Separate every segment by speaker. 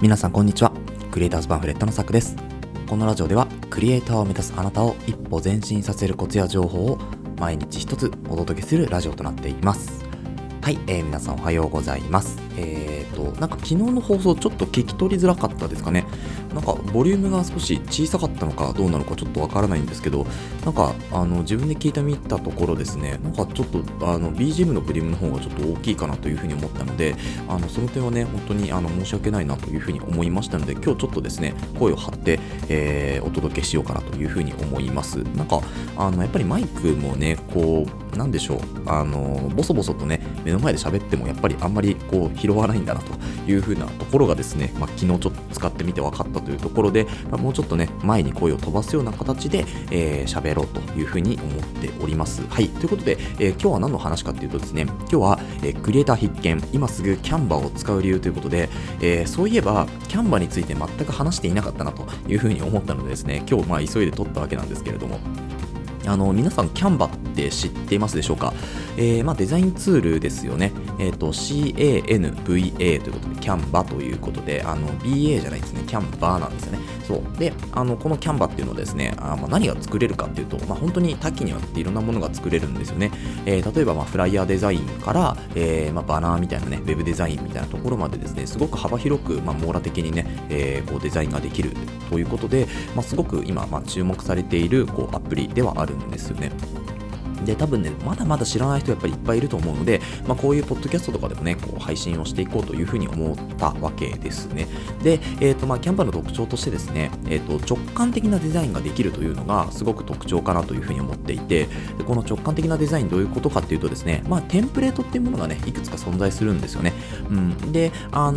Speaker 1: 皆さんこんにちは。クリエイターズパンフレットのさくです。このラジオではクリエイターを目指すあなたを一歩前進させるコツや情報を毎日一つお届けするラジオとなっています。はい、皆さんおはようございます。なんか昨日の放送ちょっと聞き取りづらかったですかね。なんかボリュームが少し小さかったのかどうなのかちょっとわからないんですけど、なんか自分で聞いてみたところですね、なんかちょっとBGM のボリュームの方がちょっと大きいかなというふうに思ったので、その点はね本当に申し訳ないなというふうに思いましたので、今日ちょっとですね声を張って、お届けしようかなというふうに思います。なんかやっぱりマイクもねこうなんでしょう、ボソボソとね目の前で喋ってもやっぱりあんまりこう拾わないんだなという風なところがですね、昨日ちょっと使ってみて分かったというところで、もうちょっとね前に声を飛ばすような形で喋ろうという風に思っております。はい、ということで、今日は何の話かっていうとですね、今日は、クリエイター必見、今すぐキャンバを使う理由ということで、そういえばキャンバについて全く話していなかったなという風に思ったのでですね、今日急いで撮ったわけなんですけれども、皆さんキャンバって知っていますでしょうか。デザインツールですよね。CANVA ということでキャンバということでBA じゃないですね、キャンバーなんですよね。そうでこのキャンバっていうのはですね何が作れるかっていうと、本当に多岐にわたっていろんなものが作れるんですよね。例えばフライヤーデザインから、バナーみたいなねウェブデザインみたいなところまでですね、すごく幅広く、網羅的にね、こうデザインができるということで、すごく今、注目されているこうアプリではあるんですよね。で多分ねまだまだ知らない人やっぱりいっぱいいると思うので、こういうポッドキャストとかでもねこう配信をしていこうというふうに思ったわけですね。で、キャンバの特徴としてですね、直感的なデザインができるというのがすごく特徴かなというふうに思っていて、でこの直感的なデザインどういうことかっていうとですね、テンプレートっていうものがねいくつか存在するんですよね。で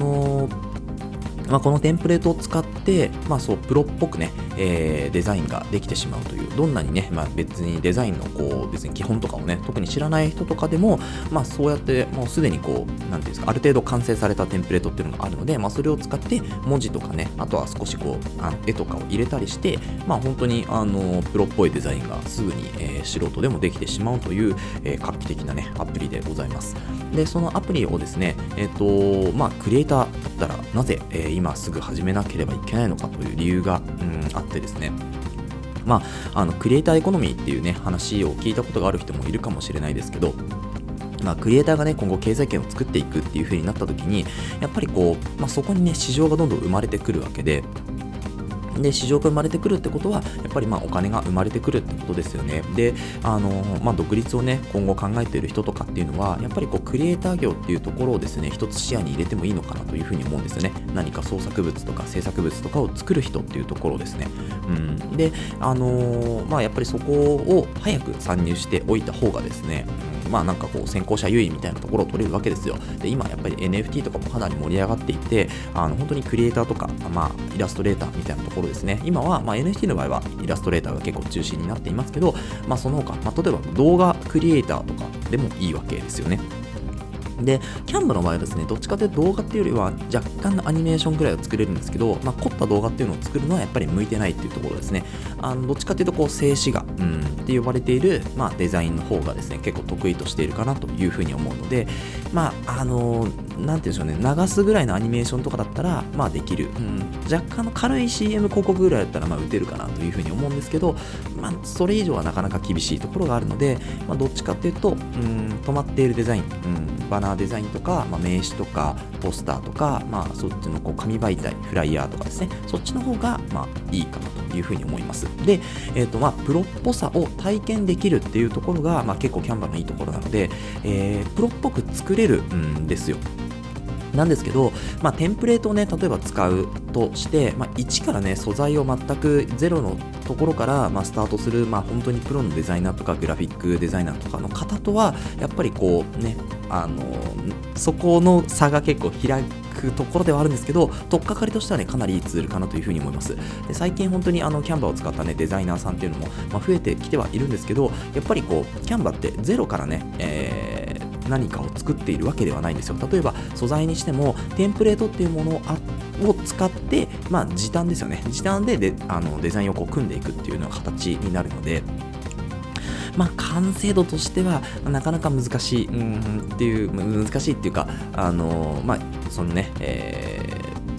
Speaker 1: このテンプレートを使って、プロっぽくね、デザインができてしまうという、どんなにね、別にデザインの別に基本とかをね、特に知らない人とかでも、そうやってもうすでになんていうんですか、ある程度完成されたテンプレートっていうのがあるので、それを使って文字とかね、あとは少し絵とかを入れたりして、本当にプロっぽいデザインがすぐに、素人でもできてしまうという、画期的なね、アプリでございます。で、そのアプリをですね、クリエイターだったらなぜ、今すぐ始めなければいけないのかという理由が、あってですね、クリエイターエコノミーっていうね話を聞いたことがある人もいるかもしれないですけど、クリエイターがね今後経済圏を作っていくっていう風になった時にやっぱりそこにね市場がどんどん生まれてくるわけで、市場が生まれてくるってことはやっぱりお金が生まれてくるってことですよね。で独立をね今後考えている人とかっていうのはやっぱりクリエイター業っていうところをですね一つ視野に入れてもいいのかなというふうに思うんですよね。何か創作物とか制作物とかを作る人っていうところですね。でやっぱりそこを早く参入しておいた方がですね、先行者優位みたいなところを取れるわけですよ。で今やっぱり NFT とかもかなり盛り上がっていて、本当にクリエイターとか、イラストレーターみたいなところですね。今は、NFT の場合はイラストレーターが結構中心になっていますけど、その他、例えば動画クリエイターとかでもいいわけですよね。でキャンバの場合はですね、どっちかというと動画っていうよりは若干のアニメーションぐらいは作れるんですけど、凝った動画っていうのを作るのはやっぱり向いてないっていうところですね。どっちかというと静止画、って呼ばれている、デザインの方がですね結構得意としているかなというふうに思うので、なんていうんでしょうね、流すぐらいのアニメーションとかだったらできる、若干の軽い CM 広告ぐらいだったら打てるかなというふうに思うんですけど、それ以上はなかなか厳しいところがあるので、どっちかというと止まっているデザイン、バナーデザインとか、名刺とかポスターとか、そっちの紙媒体フライヤーとかですね、そっちの方がいいかなというふうに思います。で、プロっぽさを体験できるっていうところが、結構キャンバのいいところなので、プロっぽく作れるんですよ。なんですけど、テンプレートをね例えば使うとして、一からね素材を全くゼロのところから、スタートする、本当にプロのデザイナーとかグラフィックデザイナーとかの方とはやっぱりそこの差が結構開くところではあるんですけど、取っかかりとしてはねかなりいいツールかなというふうに思います。で最近本当にキャンバを使ったねデザイナーさんっていうのも、増えてきてはいるんですけど、やっぱりキャンバってゼロからね、何かを作っているわけではないんですよ。例えば素材にしてもテンプレートっていうものを使って、時短ですよね。時短でデザインを組んでいくっていうような形になるので、完成度としてはなかなか難しいっていうかそのね、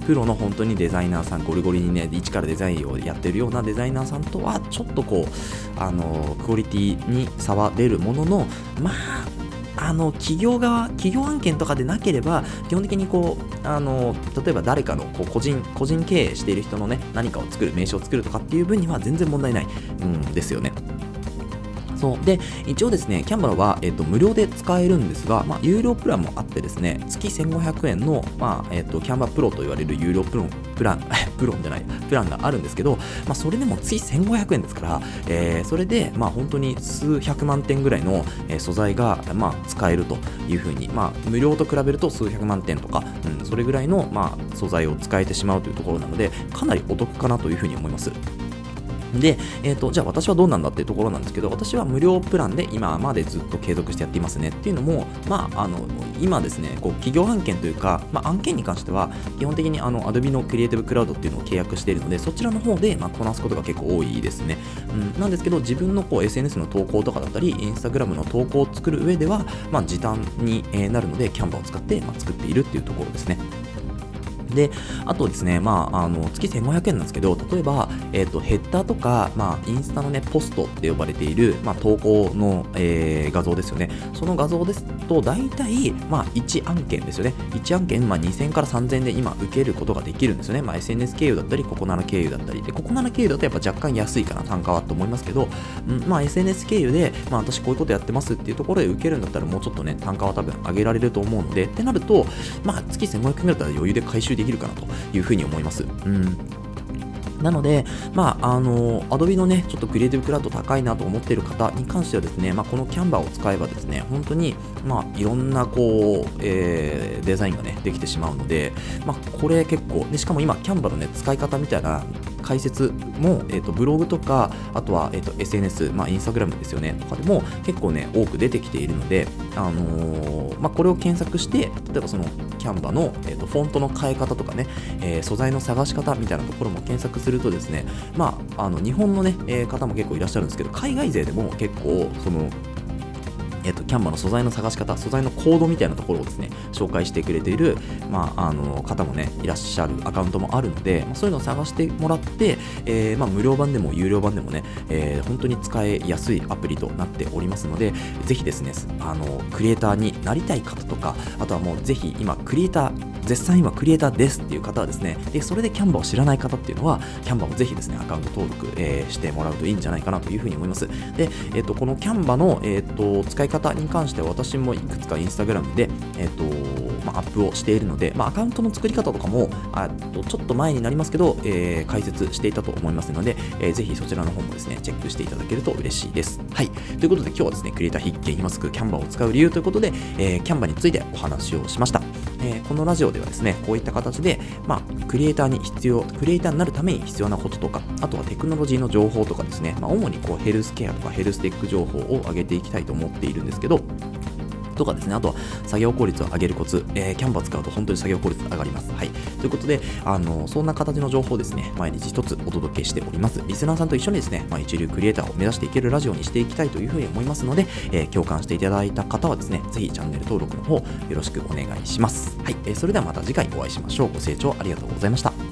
Speaker 1: プロの本当にデザイナーさん、ゴリゴリにね一からデザインをやってるようなデザイナーさんとはちょっとこうクオリティに差は出るものの、まあ企業案件とかでなければ基本的にこう例えば誰かのこう個人経営している人のね何かを作る、名刺を作るとかっていう分には全然問題ないんですよね。そうで、一応ですね、キャンバは、無料で使えるんですが、有料プランもあってですね、月1500円の、キャンバプロと言われる有料プランがあるんですけど、それでも月1500円ですから、それで、本当に数百万点ぐらいの、素材が、使えるというふうに、無料と比べると数百万点とか、それぐらいの、素材を使えてしまうというところなので、かなりお得かなというふうに思います。で、じゃあ私はどうなんだっていうところなんですけど、私は無料プランで今までずっと継続してやっていますねっていうのも、今ですね、こう企業案件というか、案件に関しては基本的にAdobe のクリエイティブクラウドっていうのを契約しているので、そちらの方でこなすことが結構多いですね。なんですけど、自分のこう SNS の投稿とかだったり、Instagram の投稿を作る上では、時短になるので、キャンバを使って作っているっていうところですね。で、あとですね、月1500円なんですけど、例えば、ヘッダーとか、インスタのね、ポストって呼ばれている、投稿の、画像ですよね。その画像ですと、大体、1案件ですよね。1案件、2000から3000で今、受けることができるんですよね。SNS 経由だったり、ココナラ経由だったり。で、ココナラ経由だとやっぱ若干安いかな、単価はと思いますけど、SNS 経由で、私こういうことやってますっていうところで受けるんだったら、もうちょっとね、単価は多分上げられると思うので、ってなると、月1500円ぐらいだったら余裕で回収できるかなというふうに思います。なので、Adobe のね、ちょっとクリエイティブクラウド高いなと思っている方に関してはですね、このキャンバーを使えばですね、本当に、いろんなこう、デザインがね、できてしまうので、これ結構、でしかも今、キャンバーのね、使い方みたいな解説も、ブログとか、あとは、SNS、インスタグラムですよね、とかでも結構ね、多く出てきているので、これを検索して、例えばそのキャンバーの、フォントの変え方とかね、素材の探し方みたいなところも検索するとですね、日本のね、方も結構いらっしゃるんですけど、海外勢でも結構、その、キャンバーの素材の探し方、素材のコードみたいなところをですね、紹介してくれている、方もね、いらっしゃるアカウントもあるので、そういうのを探してもらって、無料版でも有料版でもね、本当に使いやすいアプリとなっておりますので、ぜひですね、クリエイターになりたい方とか、あとはもうぜひ今、絶賛今クリエイターですっていう方はですね、でそれでキャンバーを知らない方っていうのは、キャンバーをぜひですね、アカウント登録、してもらうといいんじゃないかなというふうに思います。で、このキャンバーの、使い方に関しては私もいくつかインスタグラムで、アップをしているので、アカウントの作り方とかもちょっと前になりますけど、解説していたと思いますので、ぜひそちらの方もですね、チェックしていただけると嬉しいです。はい。ということで今日はですね、クリエイター必見今すぐキャンバーを使う理由ということで、キャンバーについてお話をしました。このラジオではですね、こういった形で、クリエイターになるために必要なこととか、あとはテクノロジーの情報とかですね、主にこうヘルスケアとかヘルステック情報を上げていきたいと思っているんですけど、とかですね、あとは作業効率を上げるコツ、キャンバー使うと本当に作業効率上がります。はい。ということで、そんな形の情報をですね、毎日一つお届けしております。リスナーさんと一緒にですね、一流クリエイターを目指していけるラジオにしていきたいというふうに思いますので、共感していただいた方はですね、ぜひチャンネル登録の方よろしくお願いします。はい。それではまた次回お会いしましょう。ご清聴ありがとうございました。